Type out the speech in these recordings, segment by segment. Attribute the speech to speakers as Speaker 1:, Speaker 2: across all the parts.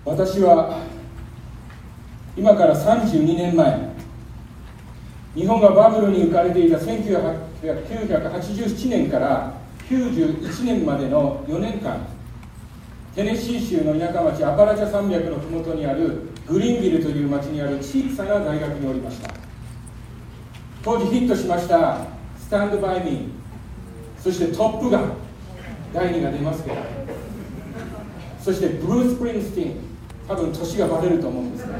Speaker 1: 私は今から32年前、日本がバブルに浮かれていた1987年から91年までの4年間、テネシー州の田舎町アパラチャ山脈の麓にあるグリーンビルという町にある小さな大学におりました。当時ヒットしましたスタンドバイミー、そしてトップガン第2が出ますけど、そしてブルース・スプリングスティーン、多分年がバレると思うんですが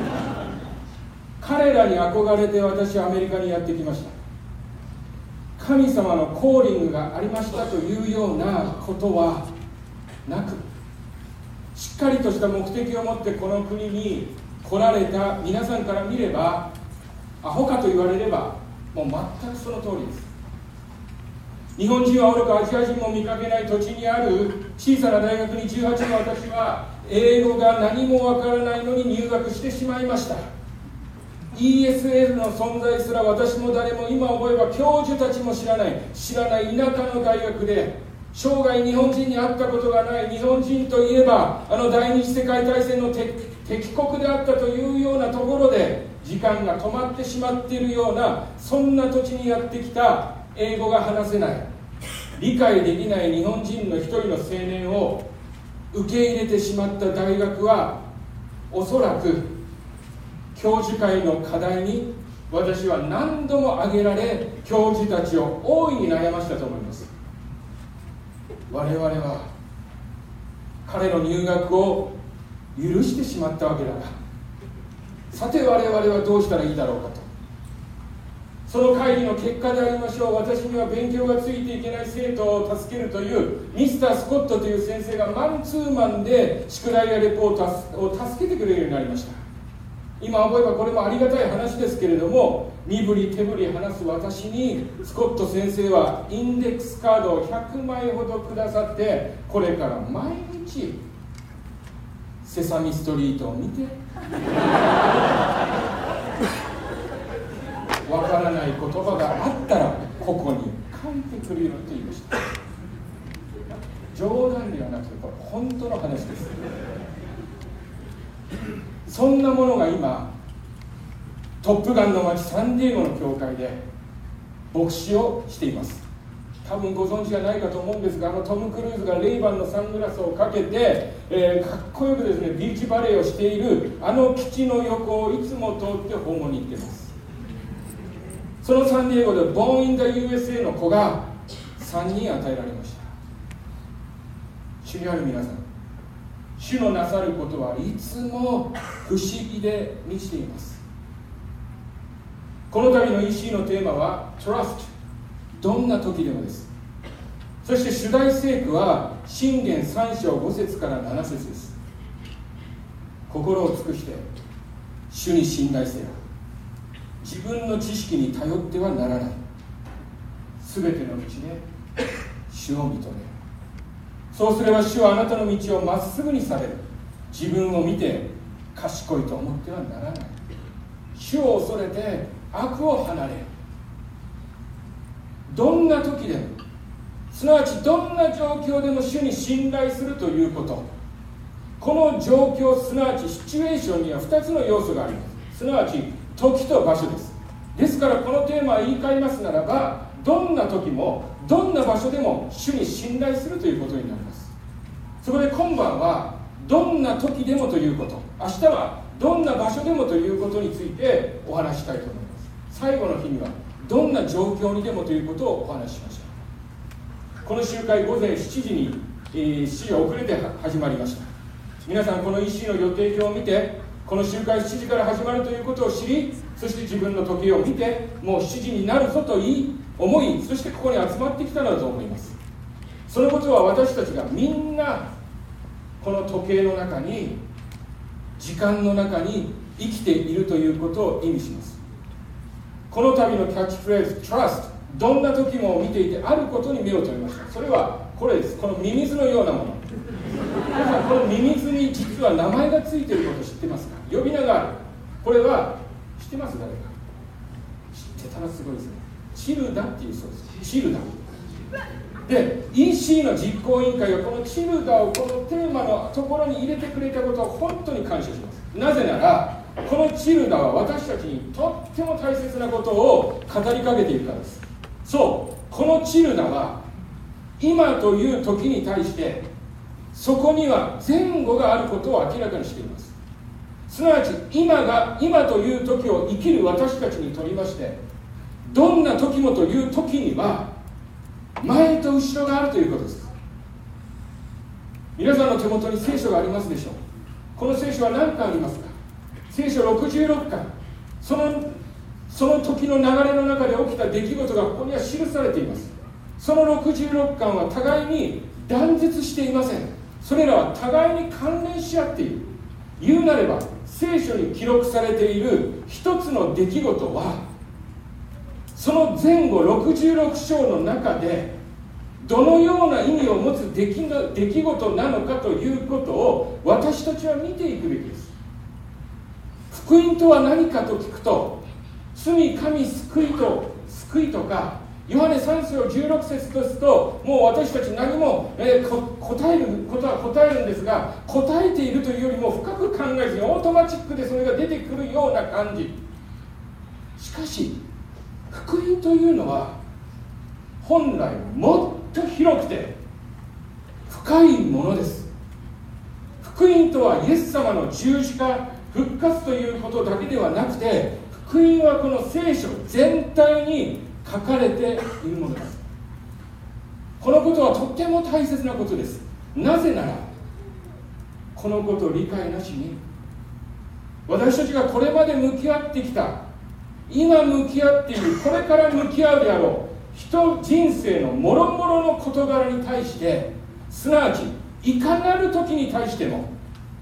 Speaker 1: 彼らに憧れて私はアメリカにやってきました。神様のコーリングがありましたというようなことはなく、しっかりとした目的を持ってこの国に来られた皆さんから見れば、アホかと言われればもう全くその通りです。日本人はおろかアジア人も見かけない土地にある小さな大学に18の私は英語が何もわからないのに入学してしまいました。 ESL の存在すら私も誰も今思えば教授たちも知らない田舎の大学で、生涯日本人に会ったことがない、日本人といえば第二次世界大戦の敵国であったというようなところで時間が止まってしまっているような、そんな土地にやってきた英語が話せない、理解できない日本人の一人の青年を受け入れてしまった大学は、おそらく教授会の課題に私は何度も挙げられ、教授たちを大いに悩ましたと思います。我々は彼の入学を許してしまったわけだが、さて我々はどうしたらいいだろうかと。その会議の結果でありましょう、私には勉強がついていけない生徒を助けるというミスター・スコットという先生がマンツーマンで宿題やレポートを助けてくれるようになりました。今思えばこれもありがたい話ですけれども、身振り手振り話す私にスコット先生はインデックスカードを100枚ほどくださって、これから毎日セサミストリートを見てわからない言葉があったらここに書いてくれると言いました。冗談ではなくてこれ本当の話です。そんなものが今トップガンの街サンディエゴの教会で牧師をしています。多分ご存知じゃないかと思うんですが、トム・クルーズがレイバンのサングラスをかけて、かっこよくですねビーチバレーをしている基地の横をいつも通って訪問に行っています。そのサンディエゴでボーン・イン・ザ・ USA の子が3人与えられました。主にある皆さん、主のなさることはいつも不思議で満ちています。この度の EC のテーマは Trust、 どんな時でもです。そして主題聖句は箴言3章5節から7節です。心を尽くして主に信頼せよ、自分の知識に頼ってはならない、すべての道で主を認める。そうすれば主はあなたの道をまっすぐにされる。自分を見て賢いと思ってはならない。主を恐れて悪を離れる。どんな時でも、すなわちどんな状況でも主に信頼するということ、この状況、すなわちシチュエーションには2つの要素があります。すなわち時と場所です。ですからこのテーマを言い換えますならば、どんな時もどんな場所でも主に信頼するということになります。そこで今晩はどんな時でもということ、明日はどんな場所でもということについてお話したいと思います。最後の日にはどんな状況にでもということをお話ししました。この集会午前7時に、7時遅れて始まりました。皆さんこの EC の予定表を見て、この集会7時から始まるということを知り、そして自分の時計を見て、もう7時になるぞと思い、そしてここに集まってきたのだと思います。そのことは私たちがみんなこの時計の中に、時間の中に生きているということを意味します。この度のキャッチフレーズ Trust、 どんな時も見ていてあることに目を留めました。それはこれです。このミミズのようなもの。皆さんこのミミズに実は名前がついていること知ってますか？呼び名がある。これは知ってます？誰か知ってたらすごいですね。チルダっていうそうです。チルダ。 で EC の実行委員会がこのチルダをこのテーマのところに入れてくれたことを本当に感謝します。なぜならこのチルダは私たちにとっても大切なことを語りかけているからです。そう、このチルダは今という時に対してそこには前後があることを明らかにしています。すなわち今という時を生きる私たちにとりまして、どんな時もという時には前と後ろがあるということです。皆さんの手元に聖書がありますでしょう。この聖書は何巻ありますか？聖書66巻。その時の流れの中で起きた出来事がここには記されています。その66巻は互いに断絶していません。それらは互いに関連し合っている。言うなれば聖書に記録されている一つの出来事はその前後66章の中でどのような意味を持つ出来事なのかということを私たちは見ていくべきです。福音とは何かと聞くと、罪神救いとかヨハネ3章16節とすると、もう私たち何も、答えることは答えるんですが、答えているというよりも深く考えずにオートマチックでそれが出てくるような感じ。しかし福音というのは本来もっと広くて深いものです。福音とはイエス様の十字架復活ということだけではなくて、福音はこの聖書全体に書かれているものです。このことはとっても大切なことです。なぜならこのことを理解なしに私たちがこれまで向き合ってきた、今向き合っている、これから向き合うであろう人生のもろもろの事柄に対して、すなわちいかなる時に対しても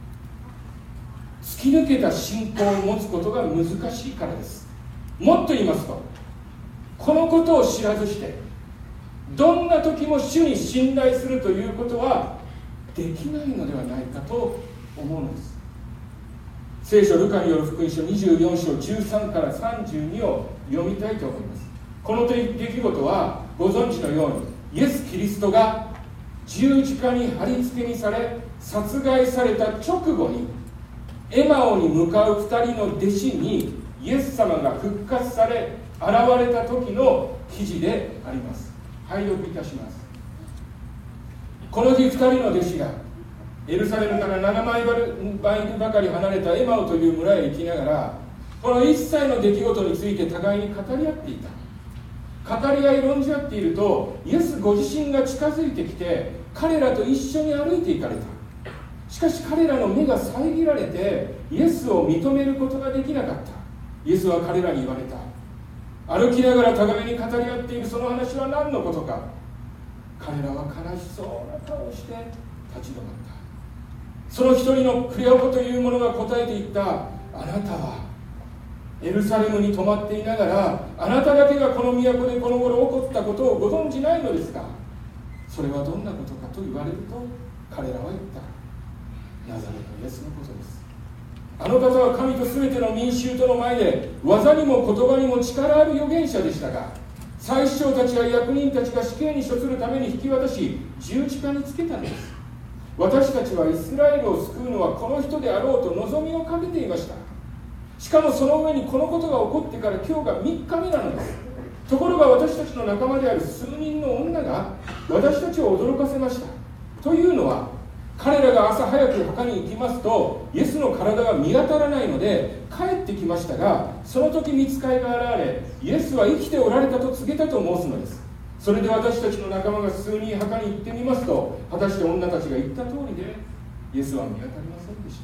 Speaker 1: 突き抜けた信仰を持つことが難しいからです。もっと言いますと、このことを知らずしてどんな時も主に信頼するということはできないのではないかと思うのです。聖書ルカによる福音書24章13から32を読みたいと思います。この出来事はご存知のように、イエス・キリストが十字架に貼り付けにされ殺害された直後にエマオに向かう2人の弟子にイエス様が復活され現れた時の記事であります。拝読いたします。この日2人の弟子がエルサレムから7マイルばかり離れたエマオという村へ行きながら、この一切の出来事について互いに語り合っていた。語り合い論じ合っていると、イエスご自身が近づいてきて彼らと一緒に歩いていかれた。しかし彼らの目が遮られてイエスを認めることができなかった。イエスは彼らに言われた。歩きながら互いに語り合っているその話は何のことか。彼らは悲しそうな顔をして立ち止まった。その一人のクレオパという者が答えていった。あなたはエルサレムに泊まっていながら、あなただけがこの都でこの頃起こったことをご存じないのですか。それはどんなことかと言われると、彼らは言った。ナザレのイエスのことです。あの方は神と全ての民衆との前で技にも言葉にも力ある預言者でしたが、祭司長たちや役人たちが死刑に処するために引き渡し十字架につけたのです。私たちはイスラエルを救うのはこの人であろうと望みをかけていました。しかもその上にこのことが起こってから今日が3日目なのです。ところが私たちの仲間である数人の女が私たちを驚かせました。というのは、彼らが朝早く墓に行きますとイエスの体が見当たらないので帰ってきましたが、その時御使いが現れ、イエスは生きておられたと告げたと申すのです。それで私たちの仲間が数人墓に行ってみますと、果たして女たちが言った通りでイエスは見当たりませんでした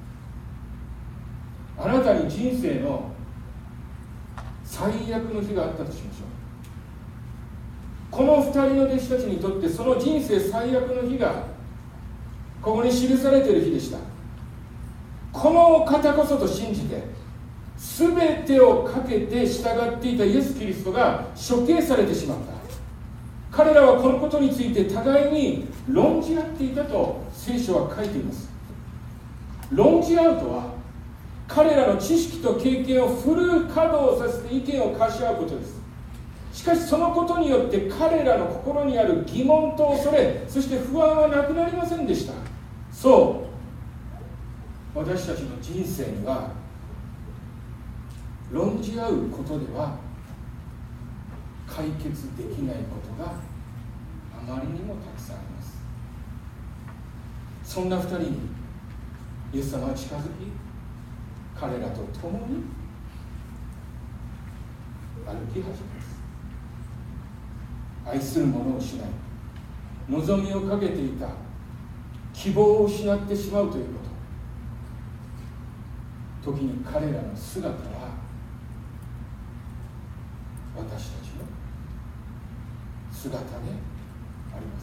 Speaker 1: 。あなたに人生の最悪の日があったとしましょう。この2人の弟子たちにとってその人生最悪の日がここに記されている日でした。この方こそと信じて全てをかけて従っていたイエス・キリストが処刑されてしまった。彼らはこのことについて互いに論じ合っていたと聖書は書いています。論じ合うとは彼らの知識と経験をフル稼働させて意見を交わし合うことです。 しかしそのことによって彼らの心にある疑問と恐れ、そして不安はなくなりませんでした。そう、私たちの人生には論じ合うことでは解決できないことがあまりにもたくさんあります。そんな2人にイエス様は近づき、彼らと共に歩き始めます。愛する者を失い、望みをかけていた希望を失ってしまうということ、時に彼らの姿は私たちの姿であります。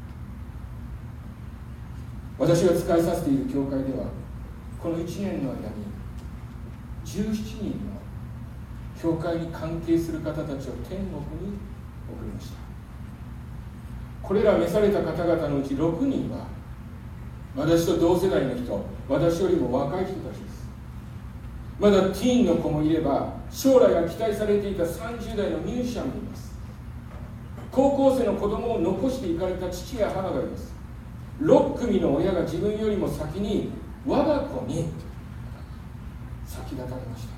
Speaker 1: 私が使いさせている教会では、この1年の間に17人の教会に関係する方たちを天国に送りました。これら召された方々のうち6人は私と同世代の人、私よりも若い人たちです。まだティーンの子もいれば、将来が期待されていた30代のミュージシャンもいます。高校生の子供を残していかれた父や母がいます。6組の親が自分よりも先に我が子に先立たれました。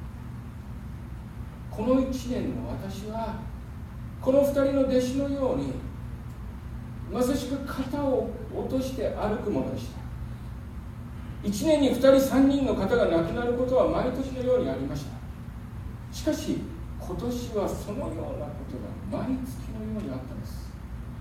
Speaker 1: この1年の私はこの2人の弟子のようにまさしく肩を落として歩くものでした。1年に2人3人の方が亡くなることは毎年のようにありました。しかし今年はそのようなことが毎月のようにあったんです。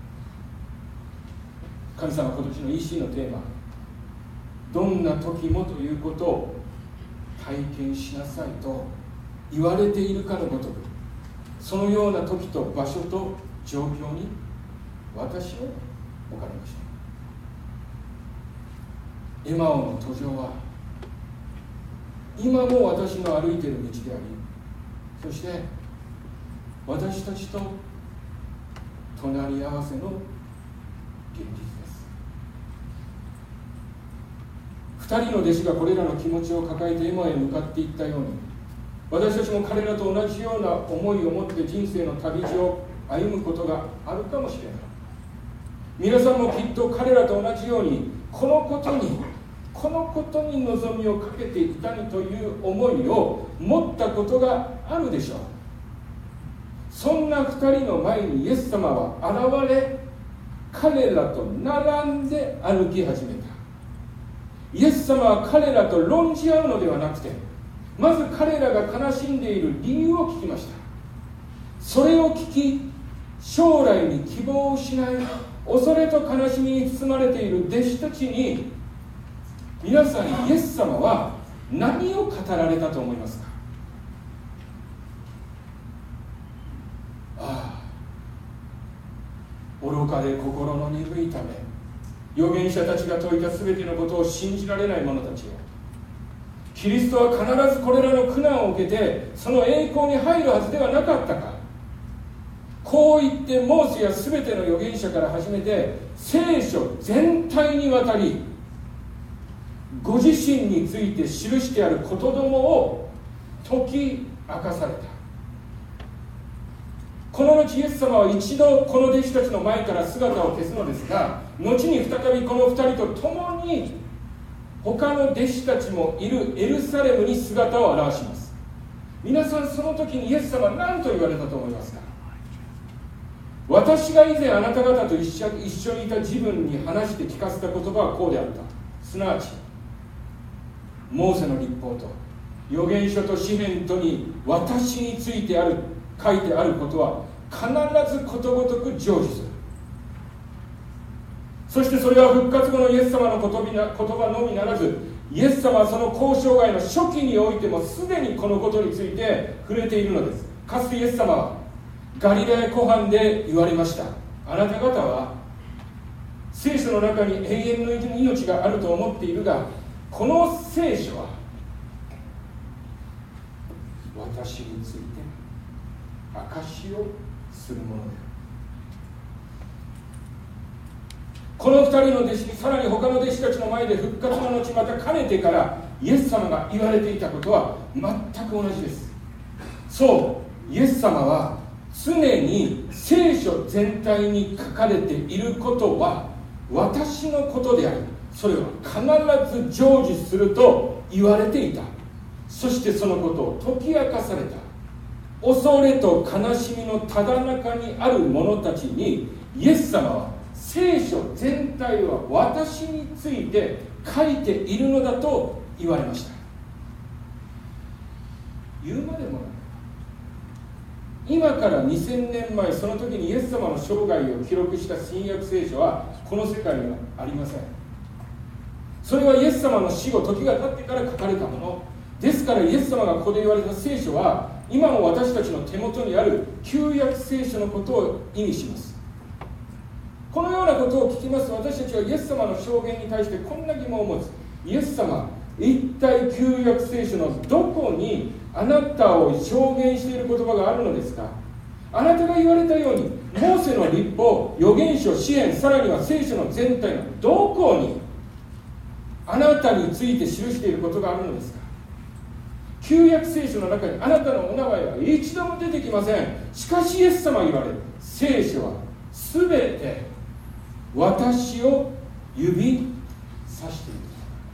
Speaker 1: 神様は今年の EC のテーマ、どんな時もということを体験しなさいと言われているかのごとく、そのような時と場所と状況に私を置かれました。エマオの途上は今も私の歩いている道であり、そして私たちと隣り合わせの現実です。2人の弟子がこれらの気持ちを抱えてエマへ向かっていったように、私たちも彼らと同じような思いを持って人生の旅路を歩むことがあるかもしれない。皆さんもきっと彼らと同じようにこのことに望みをかけていたりという思いを持ったことがあるでしょう。そんな2人の前にイエス様は現れ、彼らと並んで歩き始めた。イエス様は彼らと論じ合うのではなくて、まず彼らが悲しんでいる理由を聞きました。それを聞き、将来に希望を失い、恐れと悲しみに包まれている弟子たちに、皆さんイエス様は何を語られたと思いますか？愚かで心の鈍いため、預言者たちが説いたすべてのことを信じられない者たちよ、キリストは必ずこれらの苦難を受けてその栄光に入るはずではなかったか。こう言ってモーセやすべての預言者から始めて聖書全体にわたり、ご自身について記してあることどもを解き明かされた。この後イエス様は一度この弟子たちの前から姿を消すのですが、後に再びこの2人と共に他の弟子たちもいるエルサレムに姿を現します。皆さん、その時にイエス様は何と言われたと思いますか？私が以前あなた方と一緒にいた自分に話して聞かせた言葉はこうであった。すなわちモーセの律法と預言書と詩篇とに私について書いてあることは必ずことごとく成就する。そしてそれは復活後のイエス様の言葉のみならず、イエス様はその交渉外の初期においてもすでにこのことについて触れているのです。かつてイエス様はガリラヤ湖畔で言われました。あなた方は聖書の中に永遠の命があると思っているが、この聖書は私について証しをするものである。この2人の弟子、さらに他の弟子たちの前で復活の後、またかねてからイエス様が言われていたことは全く同じです。そう、イエス様は常に聖書全体に書かれていることは私のことであり、それは必ず成就すると言われていた。そしてそのことを解き明かされた。恐れと悲しみのただ中にある者たちに、イエス様は聖書全体は私について書いているのだと言われました。言うまでもない。今から2000年前、その時にイエス様の生涯を記録した新約聖書はこの世界にはありません。それはイエス様の死後、時が経ってから書かれたものですから、イエス様がここで言われた聖書は今も私たちの手元にある旧約聖書のことを意味します。このようなことを聞きますと、私たちはイエス様の証言に対してこんな疑問を持つ。イエス様、一体旧約聖書のどこにあなたを証言している言葉があるのですか？あなたが言われたように、モーセの律法、預言書、詩篇、さらには聖書の全体のどこにあなたについて記していることがあるのですか？旧約聖書の中にあなたのお名前は一度も出てきません。しかしイエス様は言われる。聖書はすべて私を指さしている。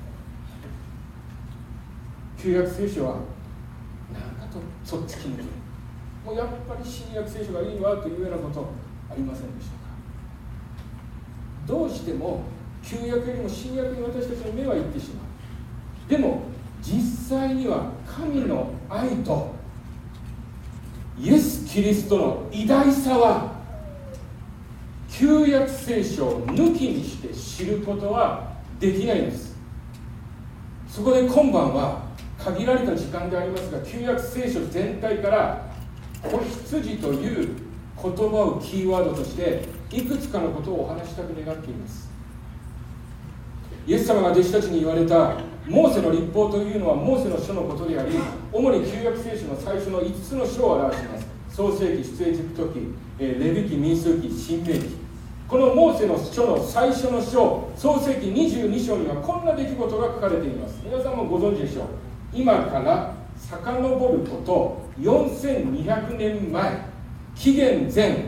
Speaker 1: 旧約聖書は何かとそっちき抜け、もうやっぱり新約聖書がいいわというようなことありませんでしたか？どうしても旧約よりも新約に私たちの目は行ってしまう。でも実際には神の愛とイエス・キリストの偉大さは旧約聖書を抜きにして知ることはできないんです。そこで今晩は限られた時間でありますが、旧約聖書全体から子羊という言葉をキーワードとしていくつかのことをお話したく願っています。イエス様が弟子たちに言われたモーセの律法というのはモーセの書のことであり、主に旧約聖書の最初の5つの書を表します。創世記、出エジプト記、レビ記、民数記、申命記。このモーセの書の最初の書、創世記22章にはこんな出来事が書かれています。皆さんもご存知でしょう。今から遡ること4200年前、紀元前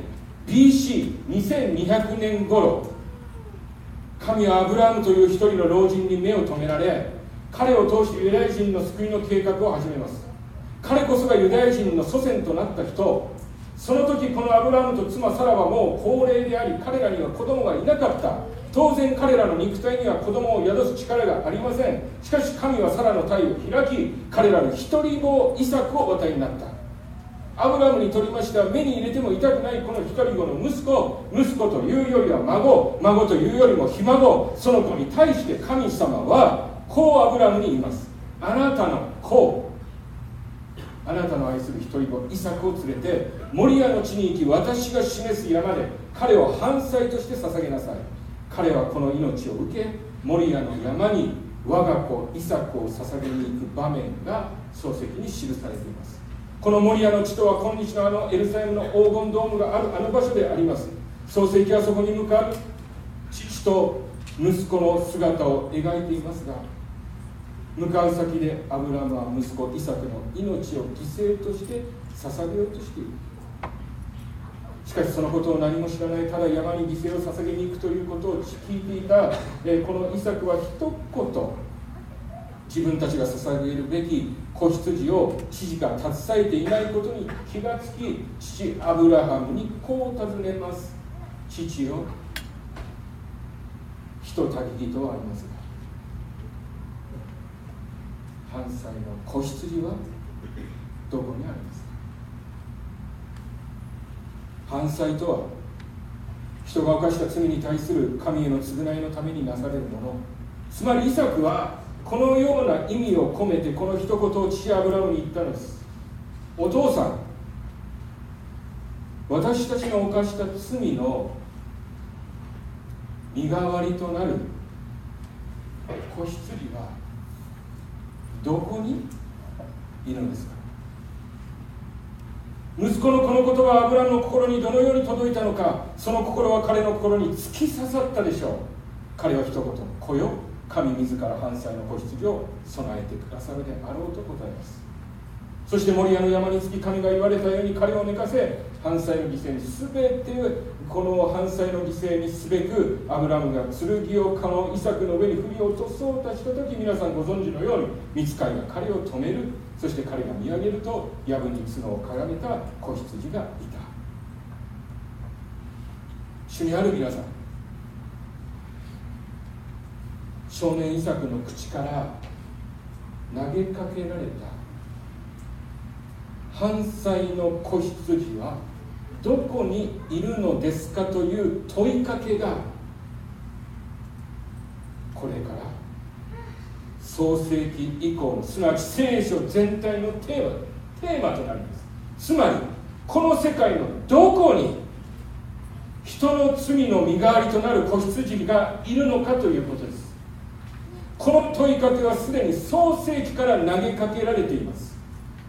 Speaker 1: BC2200 年頃、神はアブラハムという一人の老人に目を留められ、彼を通してユダヤ人の救いの計画を始めます。彼こそがユダヤ人の祖先となった人。その時このアブラハムと妻サラはもう高齢であり、彼らには子供がいなかった。当然彼らの肉体には子供を宿す力がありません。しかし神はサラの体を開き、彼らの一人子イサクをお与えになった。アブラムにとりましては目に入れても痛くないこの一人子の息子というよりは孫というよりもひ孫、その子に対して神様はこうアブラムに言います。あなたの子、あなたの愛する一人子イサクを連れてモリアの地に行き、私が示す山で彼を燔祭として捧げなさい。彼はこの命を受け、モリアの山に我が子イサクを捧げに行く場面が創世記に記されています。このモリアの地とは今日のあのエルサレムの黄金ドームがあるあの場所であります。創世記はそこに向かう父と息子の姿を描いていますが、向かう先でアブラムは息子イサクの命を犠牲として捧げようとしている。しかしそのことを何も知らない、ただ山に犠牲を捧げに行くということを聞いていたこのイサクは一言、自分たちが捧げるべき子羊を父が携えていないことに気がつき、父アブラハムにこう尋ねます。父よ、ひとたぎりとはありますが、燔祭の子羊はどこにありますか？燔祭とは人が犯した罪に対する神への償いのためになされるもの。つまりイサクはこのような意味を込めてこの一言を父アブラムに言ったのです。お父さん、私たちの犯した罪の身代わりとなる子羊はどこにいるのですか？息子のこの言葉はアブラムの心にどのように届いたのか、その心は彼の心に突き刺さったでしょう。彼は一言、子よ、神自ら燔祭の子羊を備えてくださるであろうと答えます。 そしてモリアの山につき神が言われたように彼を寝かせ、犯罪の犠牲にすべて、この犯罪の犠牲にすべくアブラムが剣をこのイサクの上に振り落とそうとした時、皆さんご存知のように御使いが彼を止める。そして彼が見上げると藪に角を掲げた子羊がいた。主にある皆さん、少年イサクの口から投げかけられた犯罪の子羊はどこにいるのですかという問いかけが、これから創世記以降の、すなわち聖書全体のテーマとなります。つまりこの世界のどこに人の罪の身代わりとなる子羊がいるのかということです。この問いかけはすでに創世記から投げかけられています。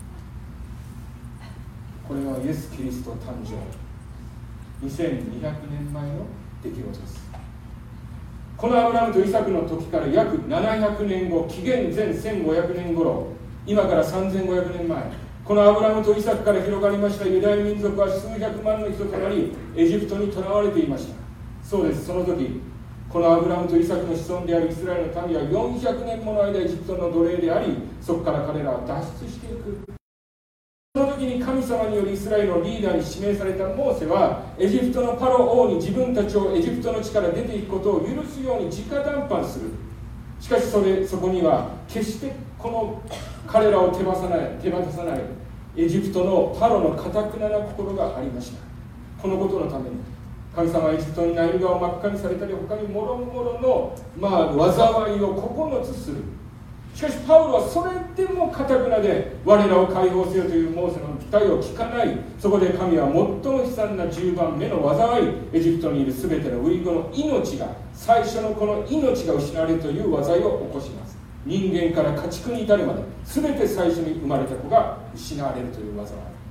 Speaker 1: これはイエス・キリスト誕生2200年前の出来事です。このアブラムとイサクの時から約700年後、紀元前1500年頃、今から3500年前、このアブラムとイサクから広がりましたユダヤ民族は数百万の人となり、エジプトに囚われていました。そうです。その時このアブラムとイサクの子孫であるイスラエルの民は400年もの間エジプトの奴隷であり、そこから彼らは脱出していく。その時に神様によりイスラエルのリーダーに指名されたモーセは、エジプトのパロ王に自分たちをエジプトの地から出ていくことを許すように直談判する。しかしそこには決してこの彼らを手放さないエジプトのパロの堅くなな心がありました。このことのために神様はエジプトにナイル川を真っ赤にされたり、他にもろもろの災いを9つする。しかしパウロはそれでも堅くなで我らを解放せよというモーセの期待を聞かない。そこで神は最も悲惨な10番目の災い、エジプトにいる全てのウイゴの命が、最初のこの命が失われるという災いを起こします。人間から家畜に至るまで全て最初に生まれた子が失われるという災い。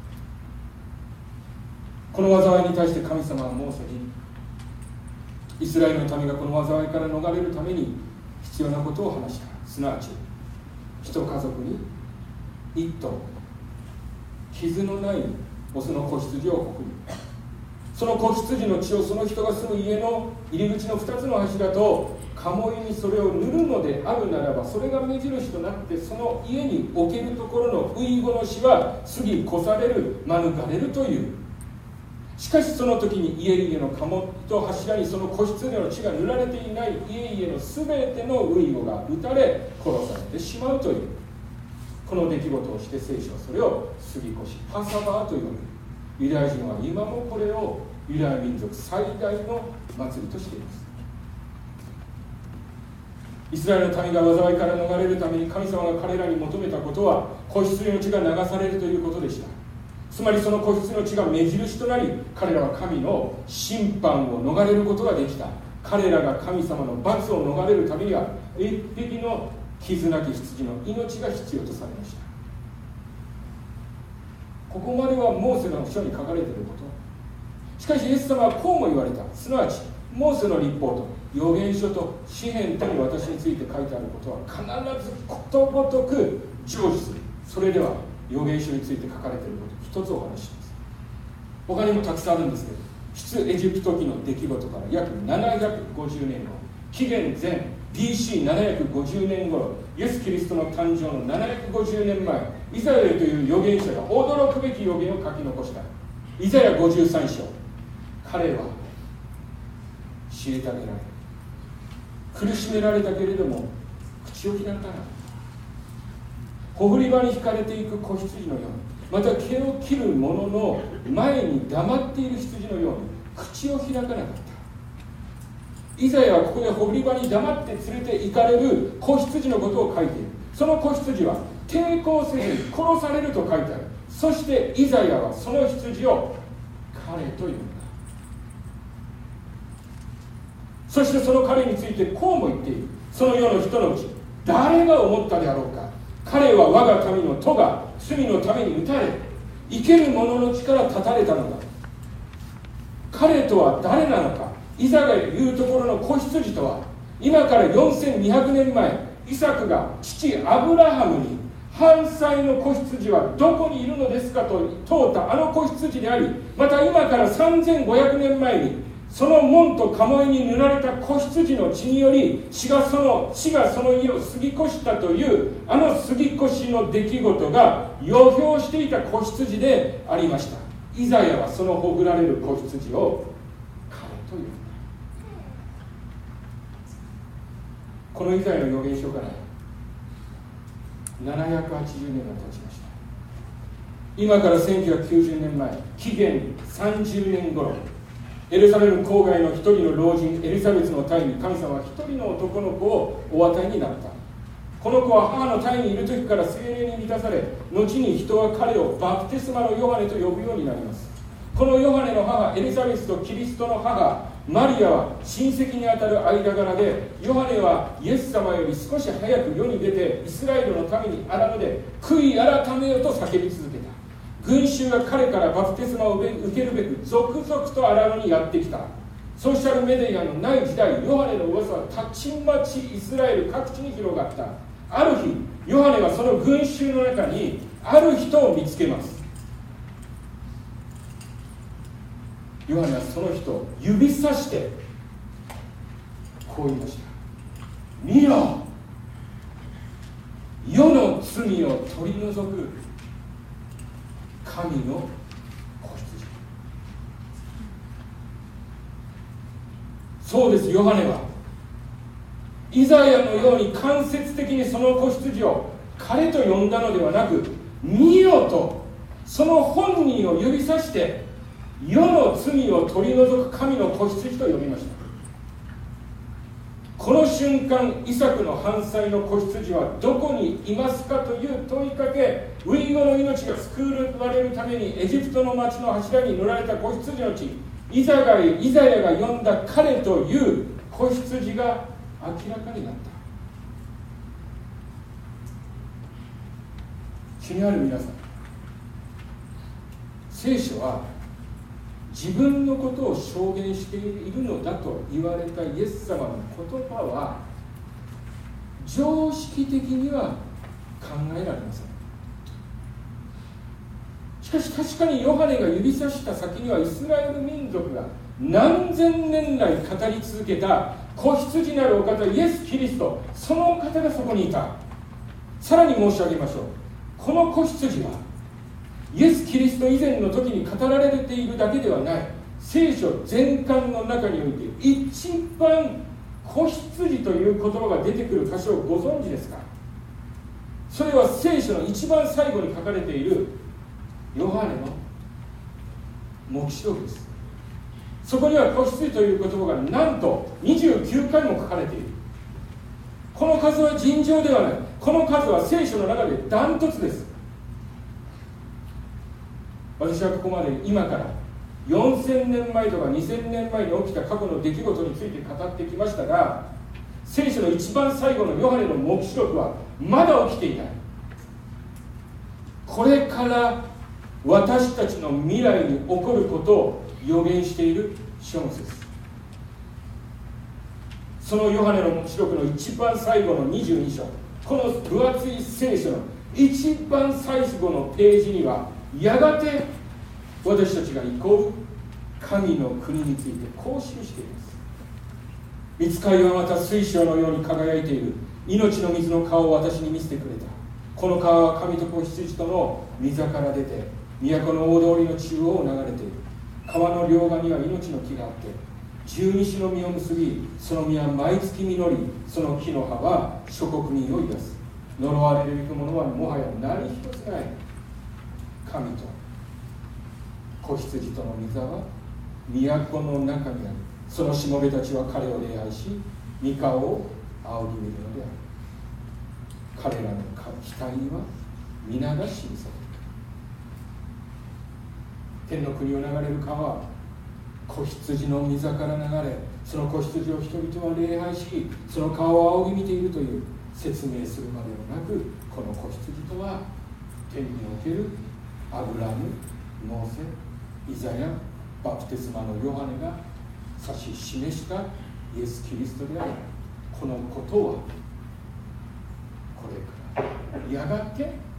Speaker 1: この災いに対して神様はモーセに、イスラエルの民がこの災いから逃れるために必要なことを話した。すなわち一家族に一頭傷のないオスの子羊を送り、その子羊の血をその人が住む家の入り口の2つの柱と鴨居にそれを塗るのであるならば、それが目印となってその家に置けるところのウイゴの死は過ぎ越される、免れるという。しかしその時に家々の鴨と柱にその子羊の血が塗られていない家々のすべてのウイゴが撃たれ殺されてしまうという、この出来事をして聖書はそれを過ぎ越しパサバーと呼ぶ。ユダヤ人は今もこれをユダヤ民族最大の祭りとしています。イスラエルの民が災いから逃れるために神様が彼らに求めたことは、子羊の血が流されるということでした。つまりその子羊の血が目印となり、彼らは神の審判を逃れることができた。彼らが神様の罰を逃れるためには一匹の傷なき羊の命が必要とされました。ここまではモーセの書に書かれていること。しかしイエス様はこうも言われた。すなわちモーセの立法と預言書と詩篇とに私について書いてあることは必ずことごとく成就する。それでは預言書について書かれていることを一つお話しします。他にもたくさんあるんですけど、出エジプト記の出来事から約750年後、紀元前 BC750 年頃、イエス・キリストの誕生の750年前、イザヤという預言者が驚くべき預言を書き残した。イザヤ53章。彼は虐げられ、苦しめられたけれども口を開かなかった。ほふり場に引かれていく子羊のように、また毛を切る者の前に黙っている羊のように口を開かなかった。イザヤはここでほふり場に黙って連れて行かれる子羊のことを書いている。その子羊は抵抗せずに殺されると書いてある。そしてイザヤはその羊を彼と呼んだ。そしてその彼についてこうも言っている。その世の人のうち誰が思ったであろうか。彼は我が民の戸が罪のために打たれ、生ける者の力断たれたのだ。彼とは誰なのか。イザヤが言うところの子羊とは、今から4200年前、イサクが父アブラハムに犯罪の子羊はどこにいるのですかと問うたあの子羊であり、また今から3500年前にその門と鴨居に塗られた子羊の血により血がその家を過ぎ越したというあの過ぎ越しの出来事が予表していた子羊でありました。イザヤはそのほぐられる子羊を彼と呼んだ。このイザヤの預言書から780年が経ちました。今から1990年前、紀元30年頃、エルサレム郊外の一人の老人エリザベスの胎に神様は一人の男の子をお与えになった。この子は母の胎にいる時から聖霊に満たされ、後に人は彼をバプテスマのヨハネと呼ぶようになります。このヨハネの母エリザベスとキリストの母マリアは親戚にあたる間柄で、ヨハネはイエス様より少し早く世に出てイスラエルのためにアラムで悔い改めよと叫び続けた。群衆が彼からバプテスマを受けるべく続々とアラムにやってきた。ソーシャルメディアのない時代、ヨハネの噂はたちまちイスラエル各地に広がった。ある日、ヨハネはその群衆の中にある人を見つけます。ヨハネはその人を指さしてこう言いました。見ろ、世の罪を取り除く神の子羊。そうです。ヨハネはイザヤのように間接的にその子羊を彼と呼んだのではなく、見よとその本人を指さして世の罪を取り除く神の子羊と呼びました。この瞬間、イサクの犯罪の子羊はどこにいますかという問いかけ、遺後の命が救われるためにエジプトの町の柱に塗られた子羊の血、イザヤが呼んだ彼という子羊が明らかになった。気になる皆さん、聖書は自分のことを証言しているのだと言われたイエス様の言葉は常識的には考えられません。しかし確かにヨハネが指さした先にはイスラエル民族が何千年来語り続けた子羊なるお方イエス・キリスト、そのお方がそこにいた。さらに申し上げましょう。この子羊はイエス・キリスト以前の時に語られているだけではない。聖書全巻の中において一番子羊という言葉が出てくる箇所をご存知ですか？それは聖書の一番最後に書かれているヨハネの黙示録です。そこには子羊という言葉がなんと29回も書かれている。この数は尋常ではない。この数は聖書の中でダントツです。私はここまで今から4000年前とか2000年前に起きた過去の出来事について語ってきましたが、聖書の一番最後のヨハネの黙示録はまだ起きていない。これから私たちの未来に起こることを予言している書物です。そのヨハネの黙示録の一番最後の22章、この分厚い聖書の一番最後のページにはやがて私たちが行う神の国についてこう記しています。御使いはまた水晶のように輝いている命の水の川を私に見せてくれた。この川は神と子羊との溝から出て都の大通りの中央を流れている。川の両岸には命の木があって十二種の実を結び、その実は毎月実り、その木の葉は諸国民を癒す。呪われるべきものはもはや何一つない。神と子羊との溝は都の中にある。そのしもべたちは彼を礼拝し、御顔を仰ぎ見るのである。彼らの額には皆が記されている。天の国を流れる川は子羊の溝から流れ、その子羊を人々は礼拝し、その顔を仰ぎ見ているという説明するまでもなく、この子羊とは天におけるアブラム、モーセ、イザヤ、バプテスマのヨハネが指し示したイエス・キリストである。このことはこれからやがて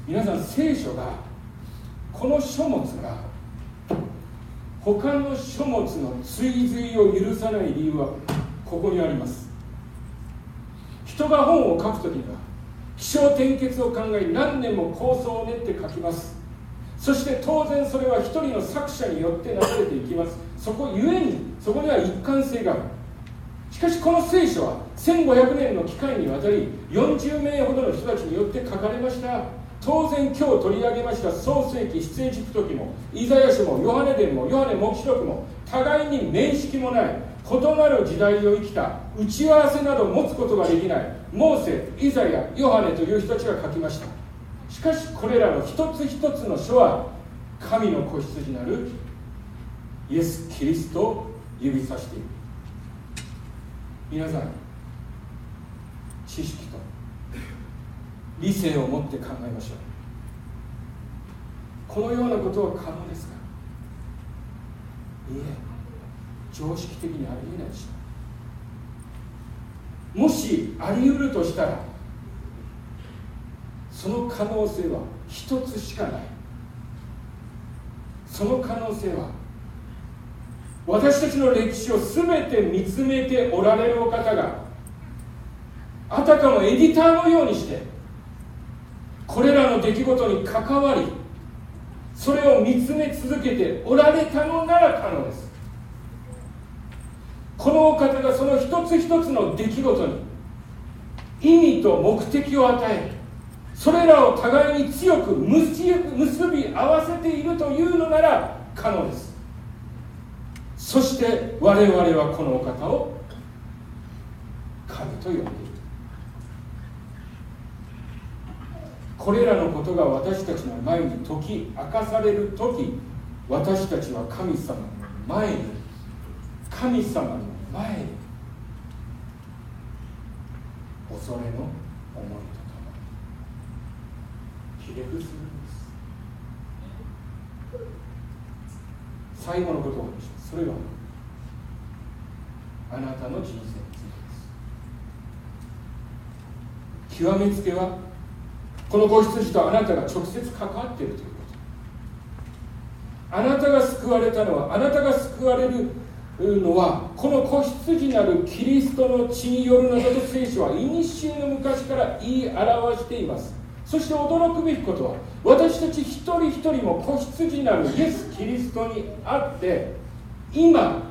Speaker 1: 皆さん、聖書がこの書物が他の書物の追随を許さない理由はここにあります。人が本を書くときには起承転結を考え、何年も構想を練って書きます。そして当然それは一人の作者によってなされていきます。そこゆえにそこには一貫性がある。しかしこの聖書は1500年の期間にわたり40名ほどの人たちによって書かれました。当然今日取り上げました創世記、出エジプト記もイザヤ書もヨハネ伝もヨハネ黙示録も互いに面識もない異なる時代を生きた、打ち合わせなど持つことができないモーセ、イザヤ、ヨハネという人たちが書きました。しかしこれらの一つ一つの書は神の子羊なるイエス・キリストを指さしている。皆さん、知識と理性を持って考えましょう。このようなことは可能ですか？いいえ、常識的にありえないでしょう。もしあり得るとしたら、その可能性は一つしかない。その可能性は、私たちの歴史を全て見つめておられるお方があたかもエディターのようにしてこれらの出来事に関わり、それを見つめ続けておられたのなら可能です。このお方がその一つ一つの出来事に意味と目的を与え、それらを互いに強く結び合わせているというのなら可能です。そして我々はこのお方を神と呼んでいる。これらのことが私たちの前に解き明かされるとき、私たちは神様の前に恐れの思いとともにひれ伏するんです。最後のことをお話します。それはあなたの人生についてです。極めつけはこの子羊とあなたが直接関わっているということ。あなたが救われたのは、あなたが救われるのはこの子羊なるキリストの血によるのだと聖書は古の昔から言い表しています。そして驚くべきことは、私たち一人一人も子羊なるイエス・キリストにあって、今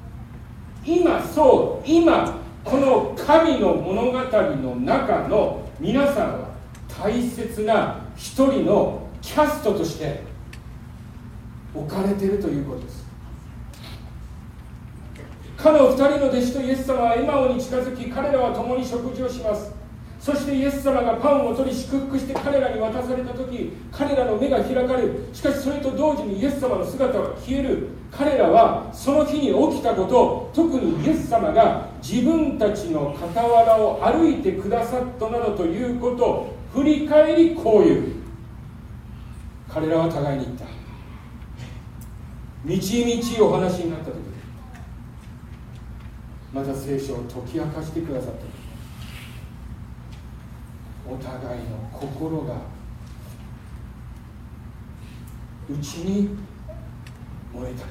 Speaker 1: この神の物語の中の皆さんは大切な一人のキャストとして置かれているということです。かの二人の弟子とイエス様はエマオに近づき、彼らは共に食事をします。そしてイエス様がパンを取り祝福して彼らに渡された時、彼らの目が開かれる。しかしそれと同時にイエス様の姿は消える。彼らはその日に起きたこと、特にイエス様が自分たちの傍らを歩いてくださったなどということを振り返り、こういう彼らは互いに言った。みちみちお話になった時、また聖書を解き明かしてくださった時、お互いの心が内に燃えたのではない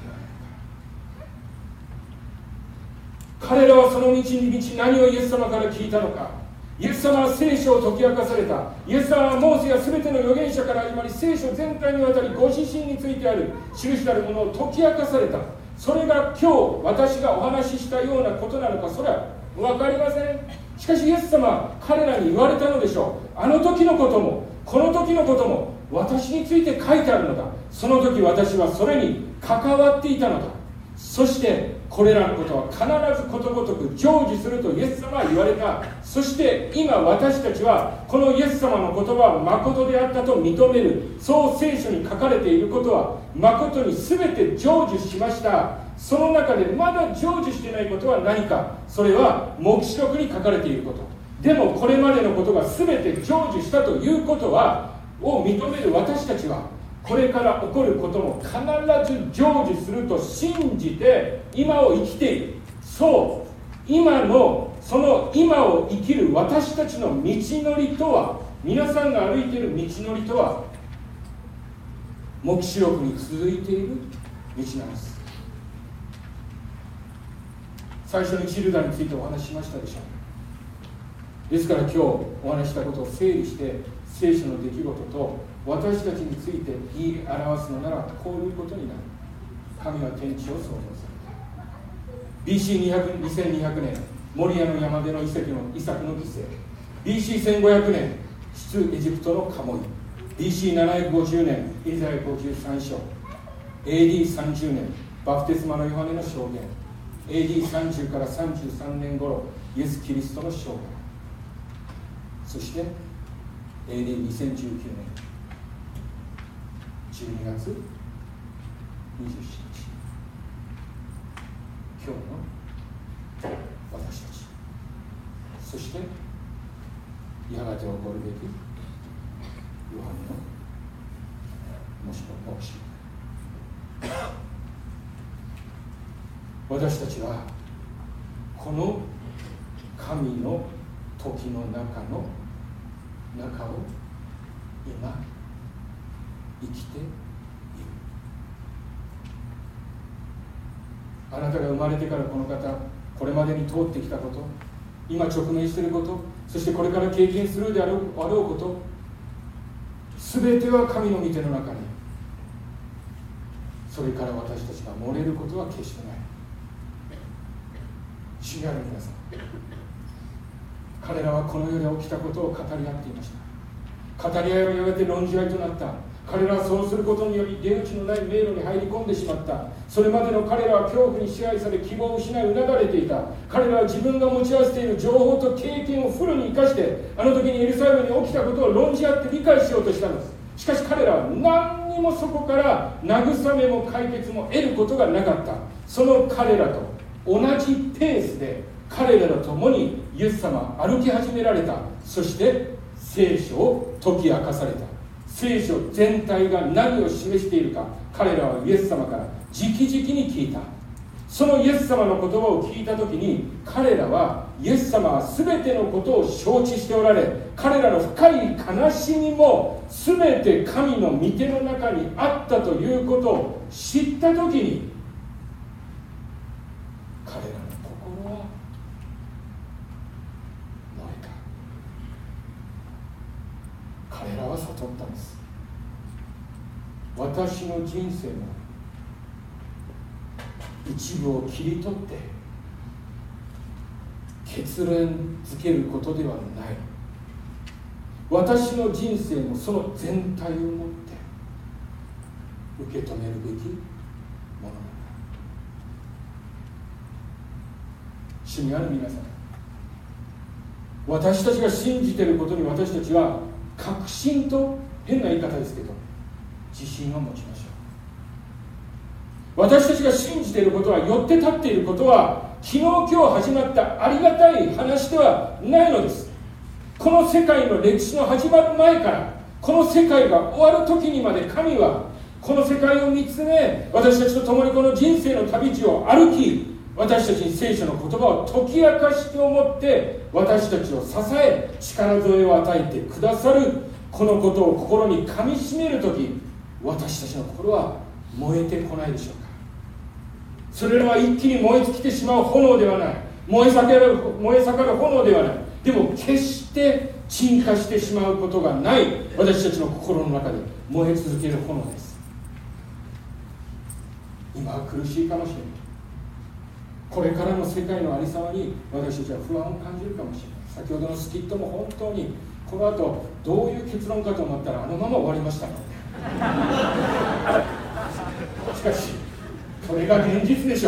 Speaker 1: か。彼らはその道に何をイエス様から聞いたのか。イエス様は聖書を解き明かされた。イエス様はモーセや全ての預言者から始まり、聖書全体にわたりご自身についてある印なるものを解き明かされた。それが今日私がお話ししたようなことなのか、それは分かりません。しかしイエス様は彼らに言われたのでしょう。あの時のこともこの時のことも私について書いてあるのだ。その時私はそれに関わっていたのだ。そしてこれらのことは必ずことごとく成就するとイエス様は言われた。そして今私たちはこのイエス様の言葉は誠であったと認める。そう聖書に書かれていることは誠に全て成就しました。その中でまだ成就していないことは何か。それは黙示録に書かれていること。でもこれまでのことが全て成就したということを認める私たちは、これから起こることも必ず成就すると信じて今を生きている。そう、その今を生きる私たちの道のりとは皆さんが歩いている道のりとは黙示録に続いている道なんです。最初にチルダについてお話ししましたでしょう。ですから今日お話したことを整理して聖書の出来事と私たちについて言い表すのならこういうことになる。神は天地を創造された。 BC2200 年モリアの山でのイサクの犠牲、 BC1500 年出エジプトのカモイ、 BC750 年イザヤ53章、 AD30 年バプテスマのヨハネの証言、 AD30 から33年頃イエス・キリストの生涯、そして AD2019 年12月27日今日の私たち、そしてやがて起こるべきヨハネの黙示録。私たちはこの神の時の中を今生きている。あなたが生まれてからこの方、これまでに通ってきたこと、今直面していること、そしてこれから経験するであろうこと、すべては神の御手の中に。それから私たちが漏れることは決してない。主なる皆さん、彼らはこの世で起きたことを語り合っていました。語り合いはやがて論じ合いとなった。彼らはそうすることにより出口のない迷路に入り込んでしまった。それまでの彼らは恐怖に支配され希望を失いうなだれていた。彼らは自分が持ち合わせている情報と経験をフルに生かして、あの時にエルサレムに起きたことを論じ合って理解しようとしたのです。しかし彼らは何にもそこから慰めも解決も得ることがなかった。その彼らと同じペースで彼らと共にイエス様は歩き始められた。そして聖書を解き明かされた。聖書全体が何を示しているか、彼らはイエス様から直々に聞いた。そのイエス様の言葉を聞いたときに、彼らはイエス様は全てのことを承知しておられ、彼らの深い悲しみも全て神の御手の中にあったということを知ったときに、彼らの心は燃えた。彼らは悟ったんです。私の人生の一部を切り取って結論づけることではない。私の人生もその全体をもって受け止めるべきものなんだ。主にある皆さん、私たちが信じていることに私たちは確信と、変な言い方ですけど、自信を持ちましょう。私たちが信じていることは、よって立っていることは、昨日今日始まったありがたい話ではないのです。この世界の歴史の始まる前から、この世界が終わる時にまで、神はこの世界を見つめ、私たちと共にこの人生の旅路を歩き、私たちに聖書の言葉を解き明かしてをもって私たちを支え、力添えを与えてくださる。このことを心にかみしめるとき、私たちの心は燃えてこないでしょうか。それらは一気に燃え尽きてしまう炎ではない、燃え盛る炎ではない。でも決して鎮火してしまうことがない、私たちの心の中で燃え続ける炎です。今は苦しいかもしれない。これからの世界のありさまに私たちは不安を感じるかもしれない。先ほどのスキットも本当にこの後どういう結論かと思ったらあのまま終わりましたのでしかしそれが現実でしょう。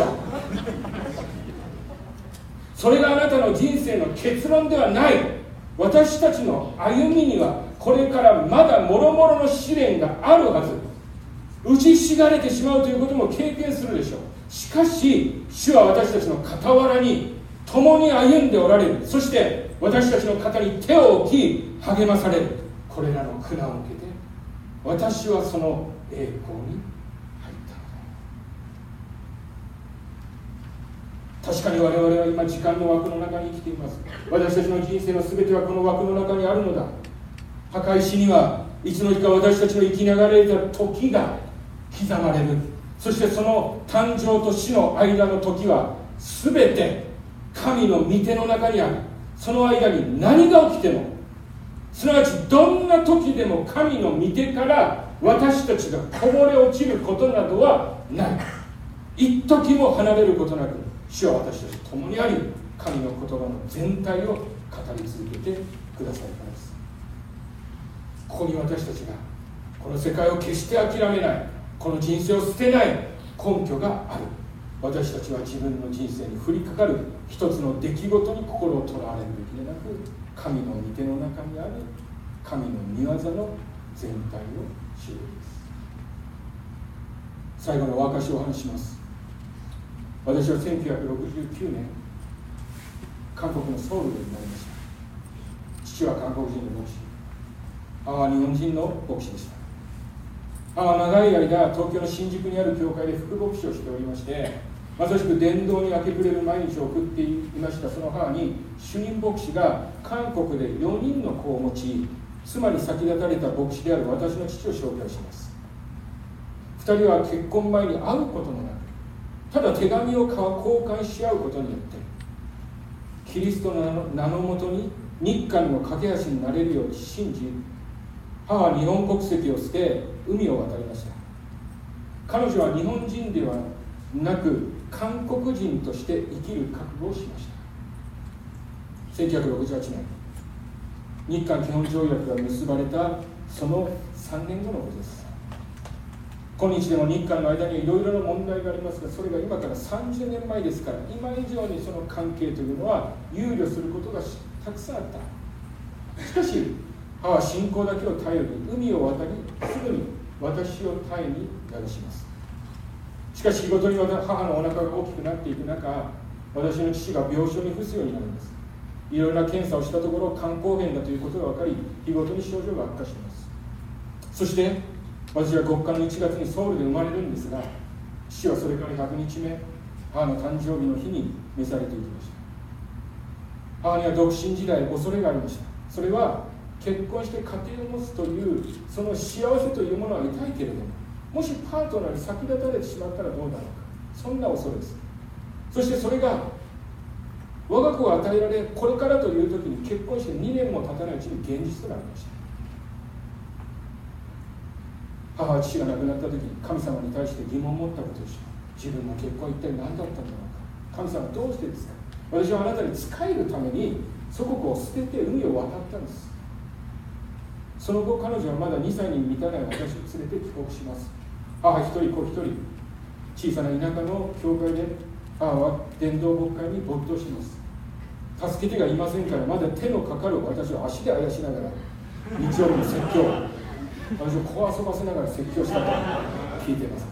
Speaker 1: それがあなたの人生の結論ではない。私たちの歩みにはこれからまだもろもろの試練があるはず。打ちひしがれてしまうということも経験するでしょう。しかし主は私たちの傍らに共に歩んでおられる。そして私たちの肩に手を置き励まされる。これらの苦難を受けて私はその栄光に入ったのだ。確かに我々は今時間の枠の中に生きています。私たちの人生の全てはこの枠の中にあるのだ。 墓石にはいつの日か私たちの生き流れた時が刻まれる。そしてその誕生と死の間の時は全て神の御手の中にある。その間に何が起きても、すなわちどんな時でも神の御手から私たちがこぼれ落ちることなどはない。一時も離れることなく主は私たちと共にあり、神の言葉の全体を語り続けてくださるからです。ここに私たちがこの世界を決して諦めない、この人生を捨てない根拠がある。私たちは自分の人生に降りかかる一つの出来事に心をとらわれるべきでなく、神の御手の中にある神の御業の全体を知るべきです。最後のお証をお話します。私は1969年韓国のソウルで生まれました。父は韓国人の牧師、母は日本人の牧師でした。母は長い間東京の新宿にある教会で副牧師をしておりまして、まさしく伝道に明け暮れる毎日を送っていましたその母に、主任牧師が韓国で4人の子を持ち、妻に先立たれた牧師である私の父を紹介します。2人は結婚前に会うこともなく、ただ手紙を交換し合うことによってキリストの名のもとに日韓の架け橋になれるように信じ、母は日本国籍を捨て海を渡りました。彼女は日本人ではなく韓国人として生きる覚悟をしました。1968年日韓基本条約が結ばれたその3年後のことです。今日でも日韓の間にいろいろな問題がありますが、それが今から30年前ですから、今以上にその関係というのは憂慮することがたくさんあった。しかし母は信仰だけを頼りに海を渡り、すぐに私をタイに宿します。しかし日ごとに母のお腹が大きくなっていく中、私の父が病床に伏すようになります。いろいろな検査をしたところ、肝硬変だということが分かり、日ごとに症状が悪化しています。そして私は極寒の1月にソウルで生まれるんですが、父はそれから100日目、母の誕生日の日に召されていきました。母には独身時代恐れがありました。それは結婚して家庭を持つというその幸せというものは得たいけれども、もしパートナーに先立たれてしまったらどうだろうか、そんな恐れです。そしてそれが我が子が与えられ、これからという時に結婚して2年も経たないうちに現実となりました。母は父が亡くなった時に神様に対して疑問を持ったことでしょう。自分の結婚は一体何だったんだろうか。神様どうしてですか。私はあなたに仕えるために祖国を捨てて海を渡ったんです。その後彼女はまだ2歳に満たない私を連れて帰国します。母一人子一人、小さな田舎の教会で母は伝道牧会に没頭します。助け手がいませんから、まだ手のかかる私を足であやしながら日曜日の説教、私をこう遊ばせながら説教したと聞いています。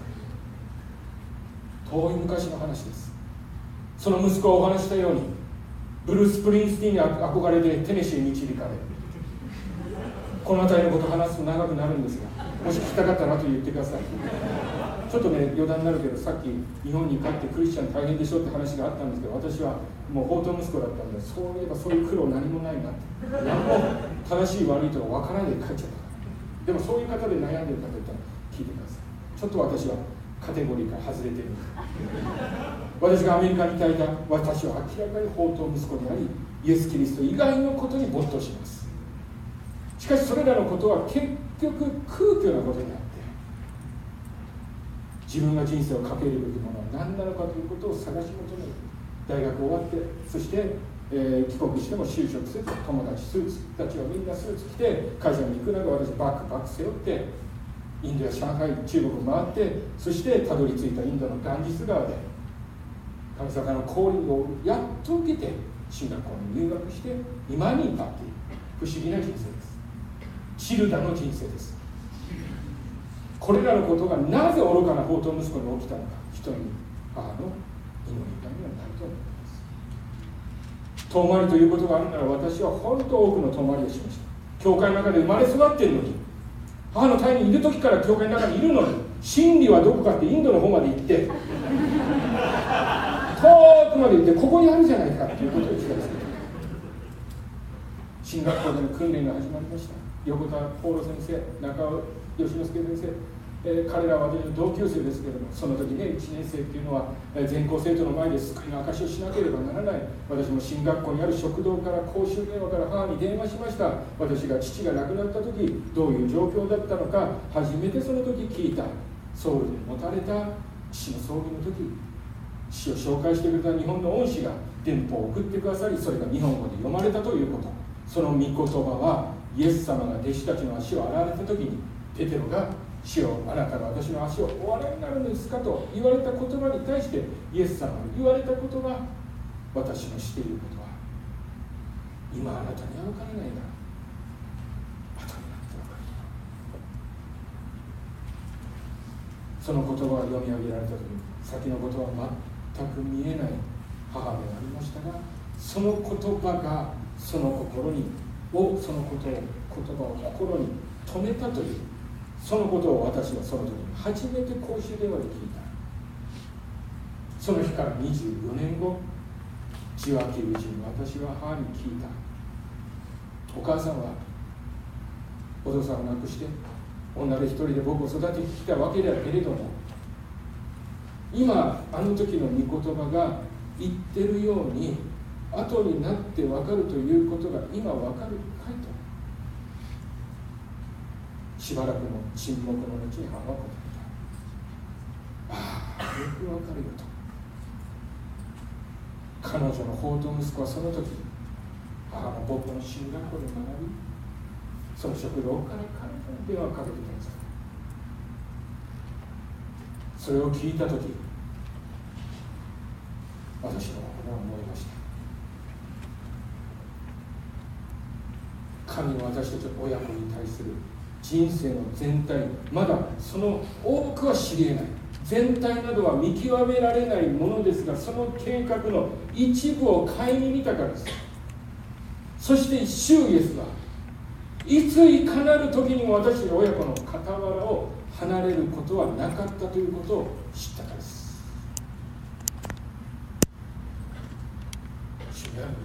Speaker 1: 遠い昔の話です。その息子はお話したようにブルース・プリンスティーンに憧れてテネシーに導かれ、この辺りのことを話すと長くなるんですが、もし聞きたかったらと言ってください。ちょっとね余談になるけど、さっき日本に帰ってクリスチャン大変でしょって話があったんですけど、私はもう放蕩息子だったんで、そういえばそういう苦労何もないなって、何も正しい悪いとか分からないで帰っちゃった。でもそういう方で悩んでる方いたら聞いてください。ちょっと私はカテゴリーから外れてる。私がアメリカにいた間、私は明らかに放蕩息子であり、イエス・キリスト以外のことに没頭します。しかしそれらのことは結局空虚なことになって、自分が人生をかけるべきものは何なのかということを探し求める。大学終わって、そして、帰国しても就職せず、友達スーツたちはみんなスーツ着て会社に行く中、私バックパック背負ってインドや上海、中国を回って、そしてたどり着いたインドのガンジス川で神様のコーリングをやっと受けて進学校に入学して今に至っている不思議な人生です。チルダの人生です。これらのことがなぜ愚かな放蕩息子に起きたのか、人に母の祈りためになると思います。遠回りということがあるなら、私は本当多くの遠回りをしました。教会の中で生まれ育っているのに、母の胎にいる時から教会の中にいるのに、真理はどこかってインドの方まで行って遠くまで行って、ここにあるじゃないかということを気がつけた。進学校での訓練が始まりました。 横田ポーロ先生、中尾義之助先生、彼らは私の同級生ですけれども、その時ね、1年生っていうのは全校生徒の前で救いの証しをしなければならない。私も進学校にある食堂から公衆電話から母に電話しました。私が父が亡くなった時どういう状況だったのか初めてその時聞いた。ソウルで持たれた父の葬儀の時、父を紹介してくれた日本の恩師が電報を送ってくださり、それが日本語で読まれたということ。その御言葉はイエス様が弟子たちの足を洗われた時に、ペテロが主よ、あなたが私の足をお洗いになるのですかと言われた言葉に対してイエス様が言われたことが、私のしていることは今あなたには分からないが後になって分かる。その言葉が読み上げられた時に、先のことは全く見えない母でありましたが、その言葉がその心にその言葉を心に留めたという、そのことを私はその時に初めて公衆電話で聞いた。その日から24年後、受話器うちに私は母に聞いた。お母さんはお父さんを亡くして女で一人で僕を育ててきたわけだけれども、今あの時の御言葉が言ってるように後になって分かるということが今分かるかいと。しばらくの沈黙の後に母は答えた。ああ、よく分かるよと。彼女の法と息子はその時、母が僕の進学校で学び、その食堂から彼に電話をかけてください。それを聞いた時、私の心は思いました。神は私たち親子に対する人生の全体、まだその多くは知り得ない、全体などは見極められないものですが、その計画の一部を顧みたからです。そして主イエスはいついかなる時にも私の親子の傍らを離れることはなかったということを知ったからです。主や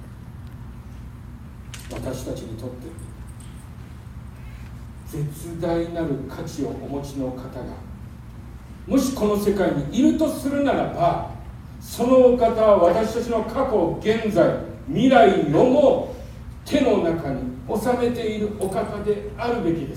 Speaker 1: 皆さん、私たちにとって絶大なる価値をお持ちの方がもしこの世界にいるとするならば、そのお方は私たちの過去、現在、未来をも手の中に収めているお方であるべきです。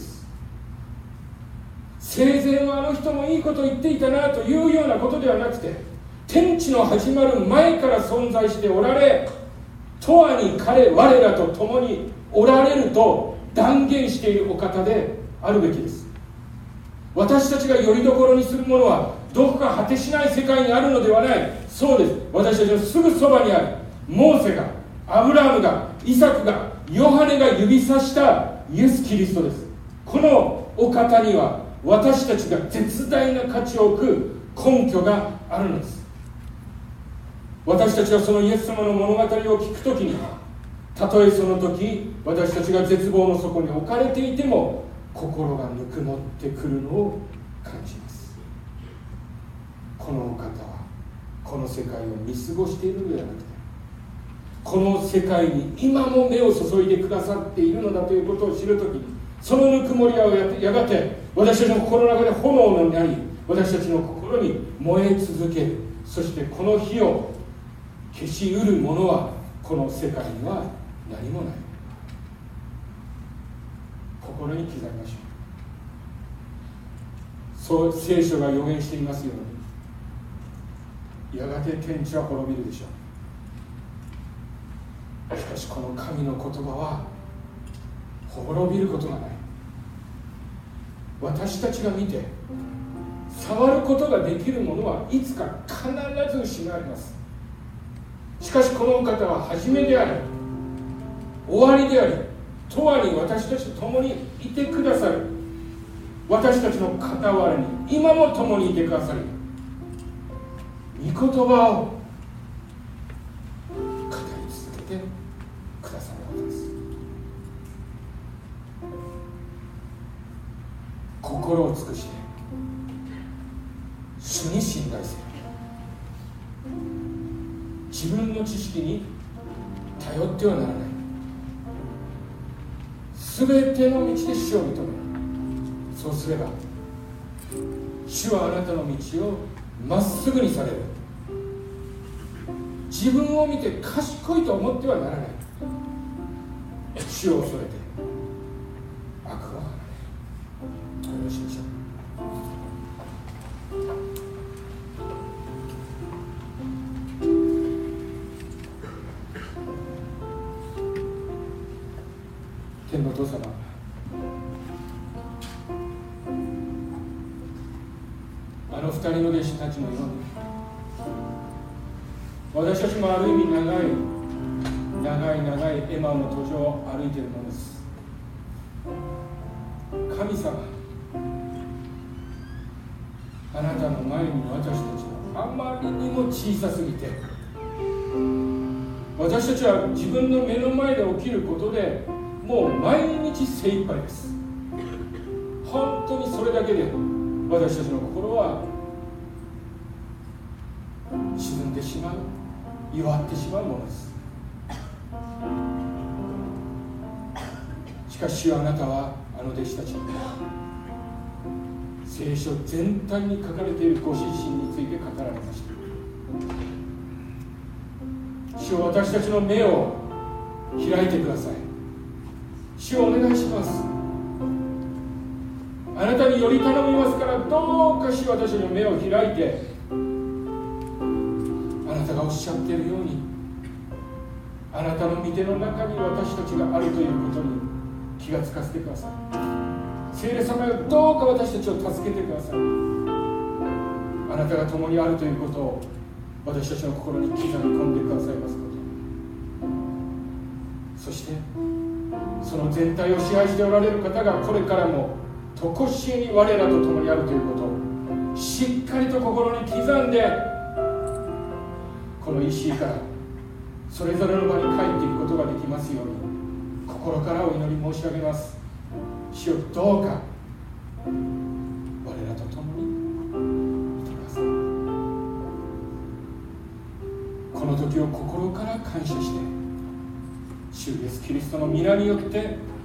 Speaker 1: 生前はあの人もいいこと言っていたなというようなことではなくて、天地の始まる前から存在しておられ、永遠に我らと共におられると断言しているお方であるべきです。私たちがよりどころにするものはどこか果てしない世界にあるのではない。そうです。私たちのすぐそばにあるモーセが、アブラハムが、イサクが、ヨハネが指さしたイエス・キリストです。このお方には私たちが絶大な価値を置く根拠があるのです。私たちはそのイエス様の物語を聞くときに、たとえその時私たちが絶望の底に置かれていても心がぬくもってくるのを感じます。このお方はこの世界を見過ごしているのではなくて、この世界に今も目を注いでくださっているのだということを知るときに、そのぬくもりはやがて私たちの心の中で炎になり、私たちの心に燃え続ける。そしてこの火を消しうるものはこの世界には何もない。心に刻みましょう。そう聖書が予言していますように、やがて天地は滅びるでしょう。しかしこの神の言葉は滅びることがない。私たちが見て触ることができるものはいつか必ず失われます。しかしこのお方は初めであり終わりであり、永遠に私たちと共にいてくださる。私たちの傍らに今も共にいてくださる御言葉を語り続けてくださる方です。心を尽くして主に信頼せよ。自分の知識に頼ってはならない。 すべての道で主を認める。そうすれば主はあなたの道をまっすぐにされる。自分を見て賢いと思ってはならない。主を恐れて悪を離れる。お祈りしましょう。天のお父様、あの二人の弟子たちのように、私たちもある意味長いエマオの途上を歩いているのです。神様、あなたの前に私たちはあまりにも小さすぎて、私たちは自分の目の前で起きることでもう毎日精一杯です。本当にそれだけで私たちの心は沈んでしまう、弱ってしまうものです。しかしあなたはあの弟子たちに聖書全体に書かれているご自身について語られました。主よ、私たちの目を開いてください。主をお願いします。あなたにより頼みますから、どうか主、私たちの目を開いて、あなたがおっしゃっているように、あなたの御手の中に私たちがあるということに気がつかせてください。聖霊様よ、どうか私たちを助けてください。あなたが共にあるということを私たちの心に刻み込んでくださいますこと、そしてその全体を支配しておられる方がこれからも常しえに我らと共にあるということをしっかりと心に刻んで、この石井からそれぞれの場に帰っていくことができますように心からお祈り申し上げます。主よ、どうか我らと共にいてください。この時を心から感謝して、主イエスキリストの皆によって